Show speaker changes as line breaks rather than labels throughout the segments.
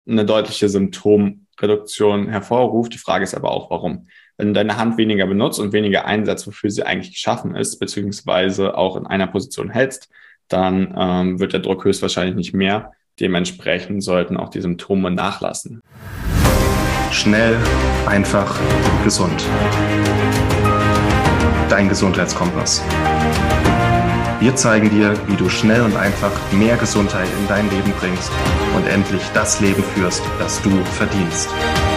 eine deutliche Symptomreduktion hervorruft. Die Frage ist aber auch, warum. Wenn du deine Hand weniger benutzt und weniger einsetzt, wofür sie eigentlich geschaffen ist, beziehungsweise auch in einer Position hältst, dann wird der Druck höchstwahrscheinlich nicht mehr. Dementsprechend sollten auch die Symptome nachlassen.
Schnell, einfach, gesund. Dein Gesundheitskompass. Wir zeigen dir, wie du schnell und einfach mehr Gesundheit in dein Leben bringst und endlich das Leben führst, das du verdienst.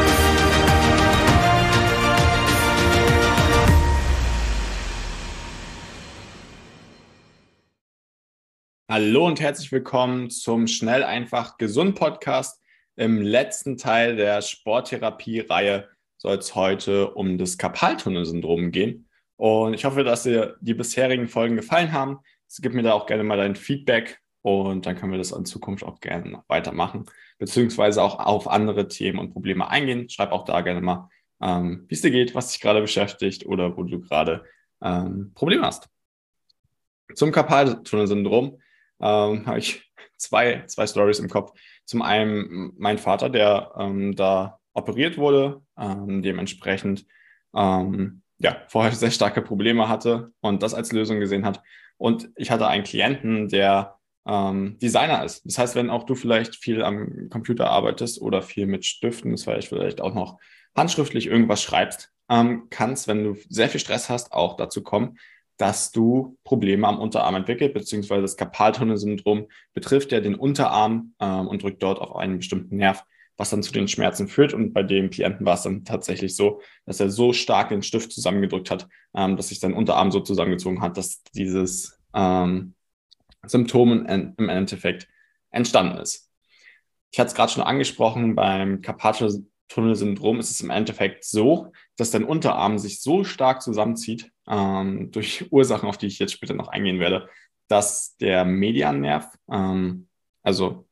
Hallo und herzlich willkommen zum Schnell, einfach, gesund Podcast. Im letzten Teil der Sporttherapie-Reihe soll es heute um das Karpaltunnelsyndrom gehen. Und ich hoffe, dass dir die bisherigen Folgen gefallen haben. Gib mir da auch gerne mal dein Feedback und dann können wir das in Zukunft auch gerne noch weitermachen, beziehungsweise auch auf andere Themen und Probleme eingehen. Schreib auch da gerne mal, wie es dir geht, was dich gerade beschäftigt oder wo du gerade Probleme hast. Zum Karpaltunnelsyndrom habe ich zwei Stories im Kopf. Zum einen mein Vater, der da operiert wurde, dementsprechend vorher sehr starke Probleme hatte und das als Lösung gesehen hat. Und ich hatte einen Klienten, der Designer ist. Das heißt, wenn auch du vielleicht viel am Computer arbeitest oder viel mit Stiften, das heißt vielleicht auch noch handschriftlich irgendwas schreibst, kann es, wenn du sehr viel Stress hast, auch dazu kommen, dass du Probleme am Unterarm entwickelt, beziehungsweise das Karpaltunnelsyndrom betrifft ja den Unterarm und drückt dort auf einen bestimmten Nerv, was dann zu den Schmerzen führt. Und bei dem Klienten war es dann tatsächlich so, dass er so stark den Stift zusammengedrückt hat, dass sich sein Unterarm so zusammengezogen hat, dass dieses Symptom im Endeffekt entstanden ist. Ich hatte es gerade schon angesprochen, beim Karpaltunnelsyndrom ist es im Endeffekt so, dass dein Unterarm sich so stark zusammenzieht, durch Ursachen, auf die ich jetzt später noch eingehen werde, dass der Mediannerv, also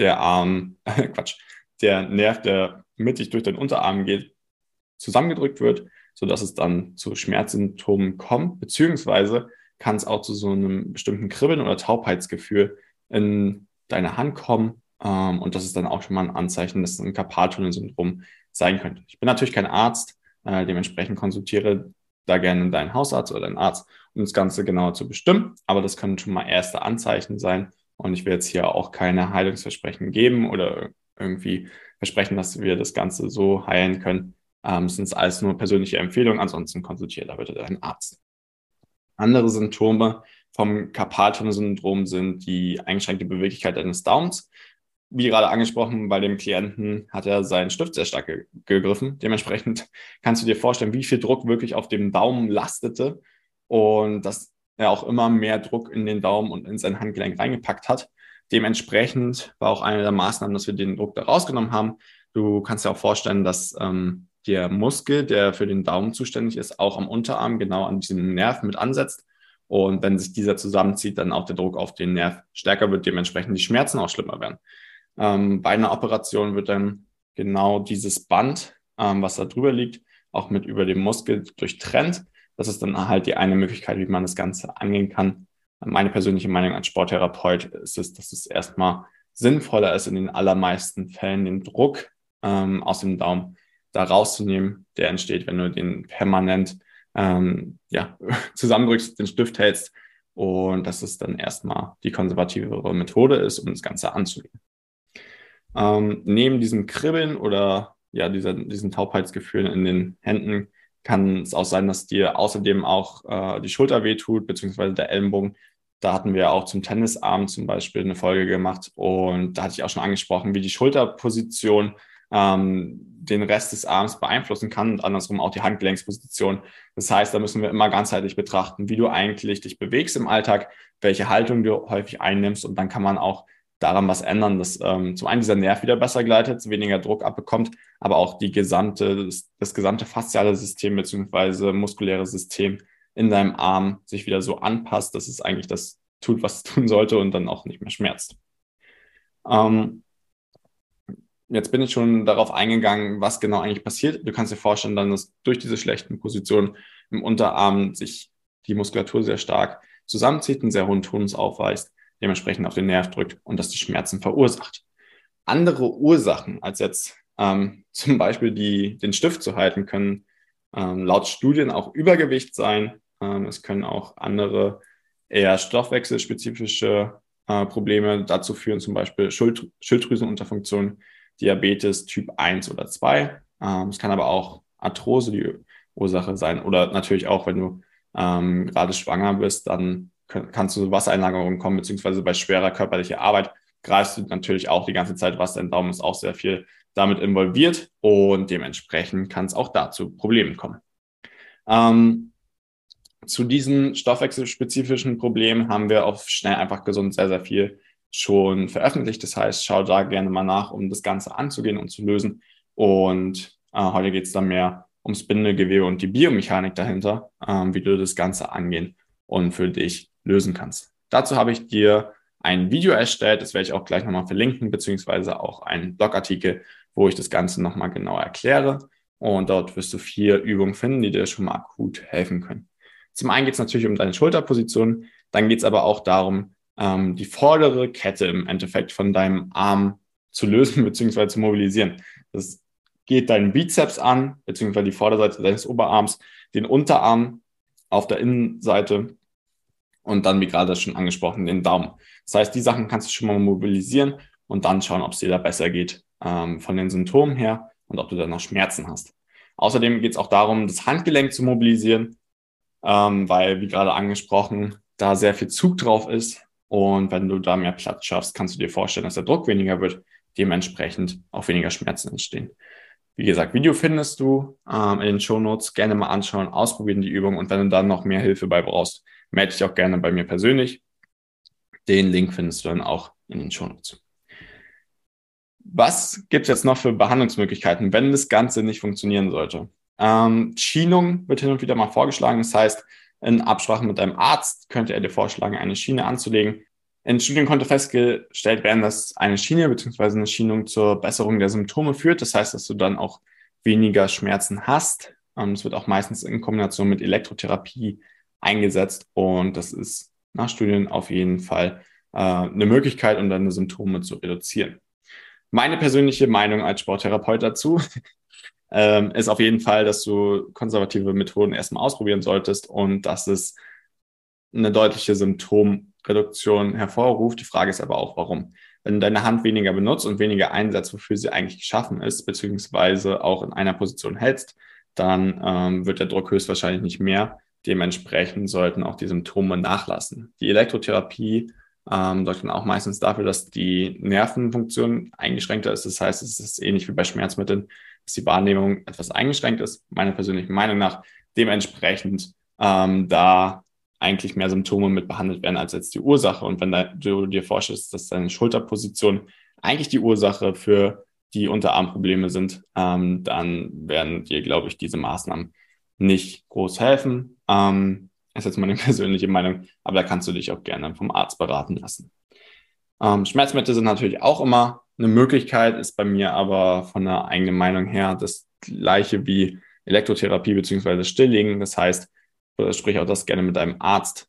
der Nerv, der mittig durch den Unterarm geht, zusammengedrückt wird, sodass es dann zu Schmerzsymptomen kommt, beziehungsweise kann es auch zu so einem bestimmten Kribbeln oder Taubheitsgefühl in deiner Hand kommen. Und das ist dann auch schon mal ein Anzeichen, dass es ein Karpaltunnelsyndrom sein könnte. Ich bin natürlich kein Arzt, dementsprechend konsultiere da gerne deinen Hausarzt oder deinen Arzt, um das Ganze genauer zu bestimmen. Aber das können schon mal erste Anzeichen sein. Und ich will jetzt hier auch keine Heilungsversprechen geben oder irgendwie versprechen, dass wir das Ganze so heilen können. Das sind alles nur persönliche Empfehlungen. Ansonsten konsultiere da bitte deinen Arzt. Andere Symptome vom Karpaltunnelsyndrom sind die eingeschränkte Beweglichkeit deines Daumens. Wie gerade angesprochen, bei dem Klienten hat er seinen Stift sehr stark gegriffen. Dementsprechend kannst du dir vorstellen, wie viel Druck wirklich auf dem Daumen lastete und dass er auch immer mehr Druck in den Daumen und in sein Handgelenk reingepackt hat. Dementsprechend war auch eine der Maßnahmen, dass wir den Druck da rausgenommen haben. Du kannst dir auch vorstellen, dass der Muskel, der für den Daumen zuständig ist, auch am Unterarm genau an diesem Nerv mit ansetzt. Und wenn sich dieser zusammenzieht, dann auch der Druck auf den Nerv stärker wird, dementsprechend die Schmerzen auch schlimmer werden. Bei einer Operation wird dann genau dieses Band, was da drüber liegt, auch mit über dem Muskel durchtrennt. Das ist dann halt die eine Möglichkeit, wie man das Ganze angehen kann. Meine persönliche Meinung als Sporttherapeut ist es, dass es erstmal sinnvoller ist, in den allermeisten Fällen den Druck aus dem Daumen da rauszunehmen, der entsteht, wenn du den permanent zusammendrückst, den Stift hältst und dass es dann erstmal die konservativere Methode ist, um das Ganze anzugehen. Neben diesem Kribbeln oder diesen Taubheitsgefühlen in den Händen kann es auch sein, dass dir außerdem auch die Schulter wehtut, beziehungsweise der Ellenbogen. Da hatten wir auch zum Tennisarm zum Beispiel eine Folge gemacht und da hatte ich auch schon angesprochen, wie die Schulterposition den Rest des Arms beeinflussen kann und andersrum auch die Handgelenksposition. Das heißt, da müssen wir immer ganzheitlich betrachten, wie du eigentlich dich bewegst im Alltag, welche Haltung du häufig einnimmst und dann kann man auch daran was ändern, dass zum einen dieser Nerv wieder besser gleitet, weniger Druck abbekommt, aber auch das gesamte fasziale System bzw. muskuläre System in deinem Arm sich wieder so anpasst, dass es eigentlich das tut, was es tun sollte und dann auch nicht mehr schmerzt. Jetzt bin ich schon darauf eingegangen, was genau eigentlich passiert. Du kannst dir vorstellen, dann, dass durch diese schlechten Positionen im Unterarm sich die Muskulatur sehr stark zusammenzieht, einen sehr hohen Tonus aufweist, dementsprechend auf den Nerv drückt und das die Schmerzen verursacht. Andere Ursachen als jetzt zum Beispiel den Stift zu halten, können laut Studien auch Übergewicht sein. Es können auch andere eher stoffwechselspezifische Probleme dazu führen, zum Beispiel Schilddrüsenunterfunktion, Diabetes Typ 1 oder 2. Es kann aber auch Arthrose die Ursache sein oder natürlich auch, wenn du gerade schwanger bist, dann kannst du Wassereinlagerungen kommen, beziehungsweise bei schwerer körperlicher Arbeit greifst du natürlich auch die ganze Zeit Wasser. Dein Daumen ist auch sehr viel damit involviert und dementsprechend kann es auch dazu Problemen kommen. Zu diesen stoffwechselspezifischen Problemen haben wir auf Schnell einfach gesund sehr, sehr viel schon veröffentlicht. Das heißt, schau da gerne mal nach, um das Ganze anzugehen und zu lösen. Und heute geht es dann mehr ums Bindegewebe und die Biomechanik dahinter, wie du das Ganze angehen und für dich lösen kannst. Dazu habe ich dir ein Video erstellt, das werde ich auch gleich nochmal verlinken, beziehungsweise auch einen Blogartikel, wo ich das Ganze nochmal genau erkläre. Und dort wirst du 4 Übungen finden, die dir schon mal akut helfen können. Zum einen geht es natürlich um deine Schulterposition, dann geht es aber auch darum, die vordere Kette im Endeffekt von deinem Arm zu lösen bzw. zu mobilisieren. Das geht deinen Bizeps an, beziehungsweise die Vorderseite deines Oberarms, den Unterarm auf der Innenseite und dann, wie gerade schon angesprochen, den Daumen. Das heißt, die Sachen kannst du schon mal mobilisieren und dann schauen, ob es dir da besser geht von den Symptomen her und ob du dann noch Schmerzen hast. Außerdem geht es auch darum, das Handgelenk zu mobilisieren, weil, wie gerade angesprochen, da sehr viel Zug drauf ist. Und wenn du da mehr Platz schaffst, kannst du dir vorstellen, dass der Druck weniger wird, dementsprechend auch weniger Schmerzen entstehen. Wie gesagt, Video findest du in den Shownotes. Gerne mal anschauen, ausprobieren die Übung. Und wenn du dann noch mehr Hilfe bei brauchst, melde dich auch gerne bei mir persönlich. Den Link findest du dann auch in den Shownotes. Was gibt es jetzt noch für Behandlungsmöglichkeiten, wenn das Ganze nicht funktionieren sollte? Schienung wird hin und wieder mal vorgeschlagen. Das heißt, in Absprache mit deinem Arzt könnte er dir vorschlagen, eine Schiene anzulegen. In Studien konnte festgestellt werden, dass eine Schiene bzw. eine Schienung zur Besserung der Symptome führt. Das heißt, dass du dann auch weniger Schmerzen hast. Es wird auch meistens in Kombination mit Elektrotherapie eingesetzt und das ist nach Studien auf jeden Fall eine Möglichkeit, um deine Symptome zu reduzieren. Meine persönliche Meinung als Sporttherapeut dazu ist auf jeden Fall, dass du konservative Methoden erstmal ausprobieren solltest und dass es eine deutliche Symptomreduktion hervorruft. Die Frage ist aber auch, warum. Wenn du deine Hand weniger benutzt und weniger einsetzt, wofür sie eigentlich geschaffen ist, beziehungsweise auch in einer Position hältst, dann wird der Druck höchstwahrscheinlich nicht mehr. Dementsprechend sollten auch die Symptome nachlassen. Die Elektrotherapie sorgt dann auch meistens dafür, dass die Nervenfunktion eingeschränkter ist. Das heißt, es ist ähnlich wie bei Schmerzmitteln, dass die Wahrnehmung etwas eingeschränkt ist, meiner persönlichen Meinung nach. Dementsprechend da eigentlich mehr Symptome mit behandelt werden als jetzt die Ursache. Und wenn du dir vorstellst, dass deine Schulterposition eigentlich die Ursache für die Unterarmprobleme sind, dann werden dir, glaube ich, diese Maßnahmen nicht groß helfen. Ist jetzt meine persönliche Meinung, aber da kannst du dich auch gerne vom Arzt beraten lassen. Schmerzmittel sind natürlich auch immer eine Möglichkeit, ist bei mir aber von der eigenen Meinung her das gleiche wie Elektrotherapie bzw. Stilllegen. Das heißt, sprich auch das gerne mit deinem Arzt.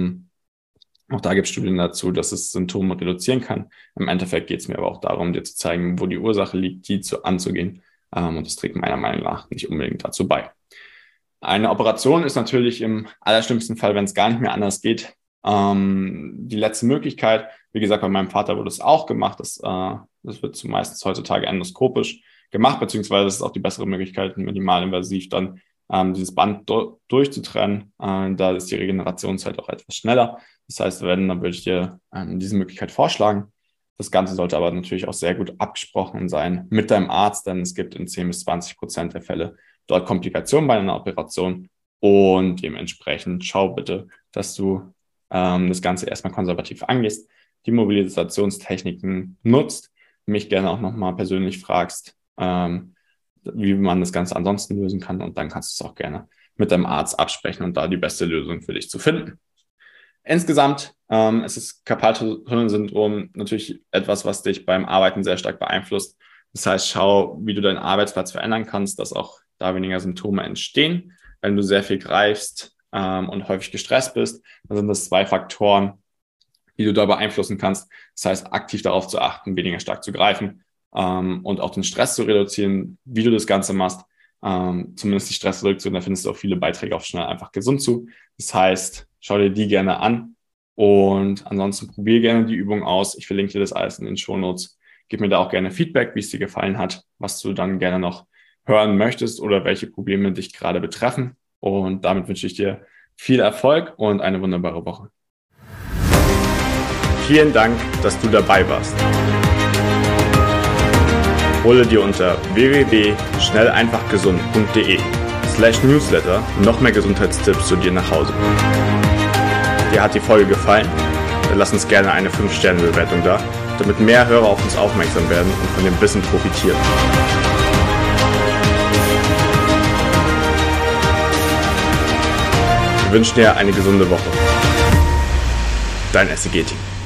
Auch da gibt es Studien dazu, dass es Symptome reduzieren kann. Im Endeffekt geht es mir aber auch darum, dir zu zeigen, wo die Ursache liegt, die anzugehen. Und das trägt meiner Meinung nach nicht unbedingt dazu bei. Eine Operation ist natürlich im allerschlimmsten Fall, wenn es gar nicht mehr anders geht, die letzte Möglichkeit. Wie gesagt, bei meinem Vater wurde es auch gemacht. Das wird zumeist heutzutage endoskopisch gemacht, beziehungsweise das ist auch die bessere Möglichkeit, minimalinvasiv dann dieses Band durchzutrennen. Da ist die Regenerationszeit auch etwas schneller. Das heißt, dann würde ich dir diese Möglichkeit vorschlagen. Das Ganze sollte aber natürlich auch sehr gut abgesprochen sein mit deinem Arzt, denn es gibt in 10-20% der Fälle dort Komplikationen bei einer Operation und dementsprechend schau bitte, dass du das Ganze erstmal konservativ angehst, die Mobilisationstechniken nutzt, mich gerne auch nochmal persönlich fragst, wie man das Ganze ansonsten lösen kann und dann kannst du es auch gerne mit deinem Arzt absprechen und da die beste Lösung für dich zu finden. Insgesamt ist das Carpal-Tunnel-Syndrom natürlich etwas, was dich beim Arbeiten sehr stark beeinflusst. Das heißt, schau, wie du deinen Arbeitsplatz verändern kannst, dass auch da weniger Symptome entstehen. Wenn du sehr viel greifst und häufig gestresst bist, dann sind das 2 Faktoren, die du da beeinflussen kannst. Das heißt, aktiv darauf zu achten, weniger stark zu greifen und auch den Stress zu reduzieren, wie du das Ganze machst. Zumindest die Stressreduktion, da findest du auch viele Beiträge auf Schnell einfach gesund zu. Das heißt, schau dir die gerne an und ansonsten probier gerne die Übung aus. Ich verlinke dir das alles in den Shownotes. Gib mir da auch gerne Feedback, wie es dir gefallen hat, was du dann gerne noch hören möchtest oder welche Probleme dich gerade betreffen. Und damit wünsche ich dir viel Erfolg und eine wunderbare Woche. Vielen Dank, dass du dabei warst. Hole dir unter www.schnelleinfachgesund.de/newsletter noch mehr Gesundheitstipps zu dir nach Hause. Dir hat die Folge gefallen? Dann lass uns gerne eine 5-Sterne-Bewertung da, damit mehr Hörer auf uns aufmerksam werden und von dem Wissen profitieren. Wir wünschen dir eine gesunde Woche. Dein SEG-Team.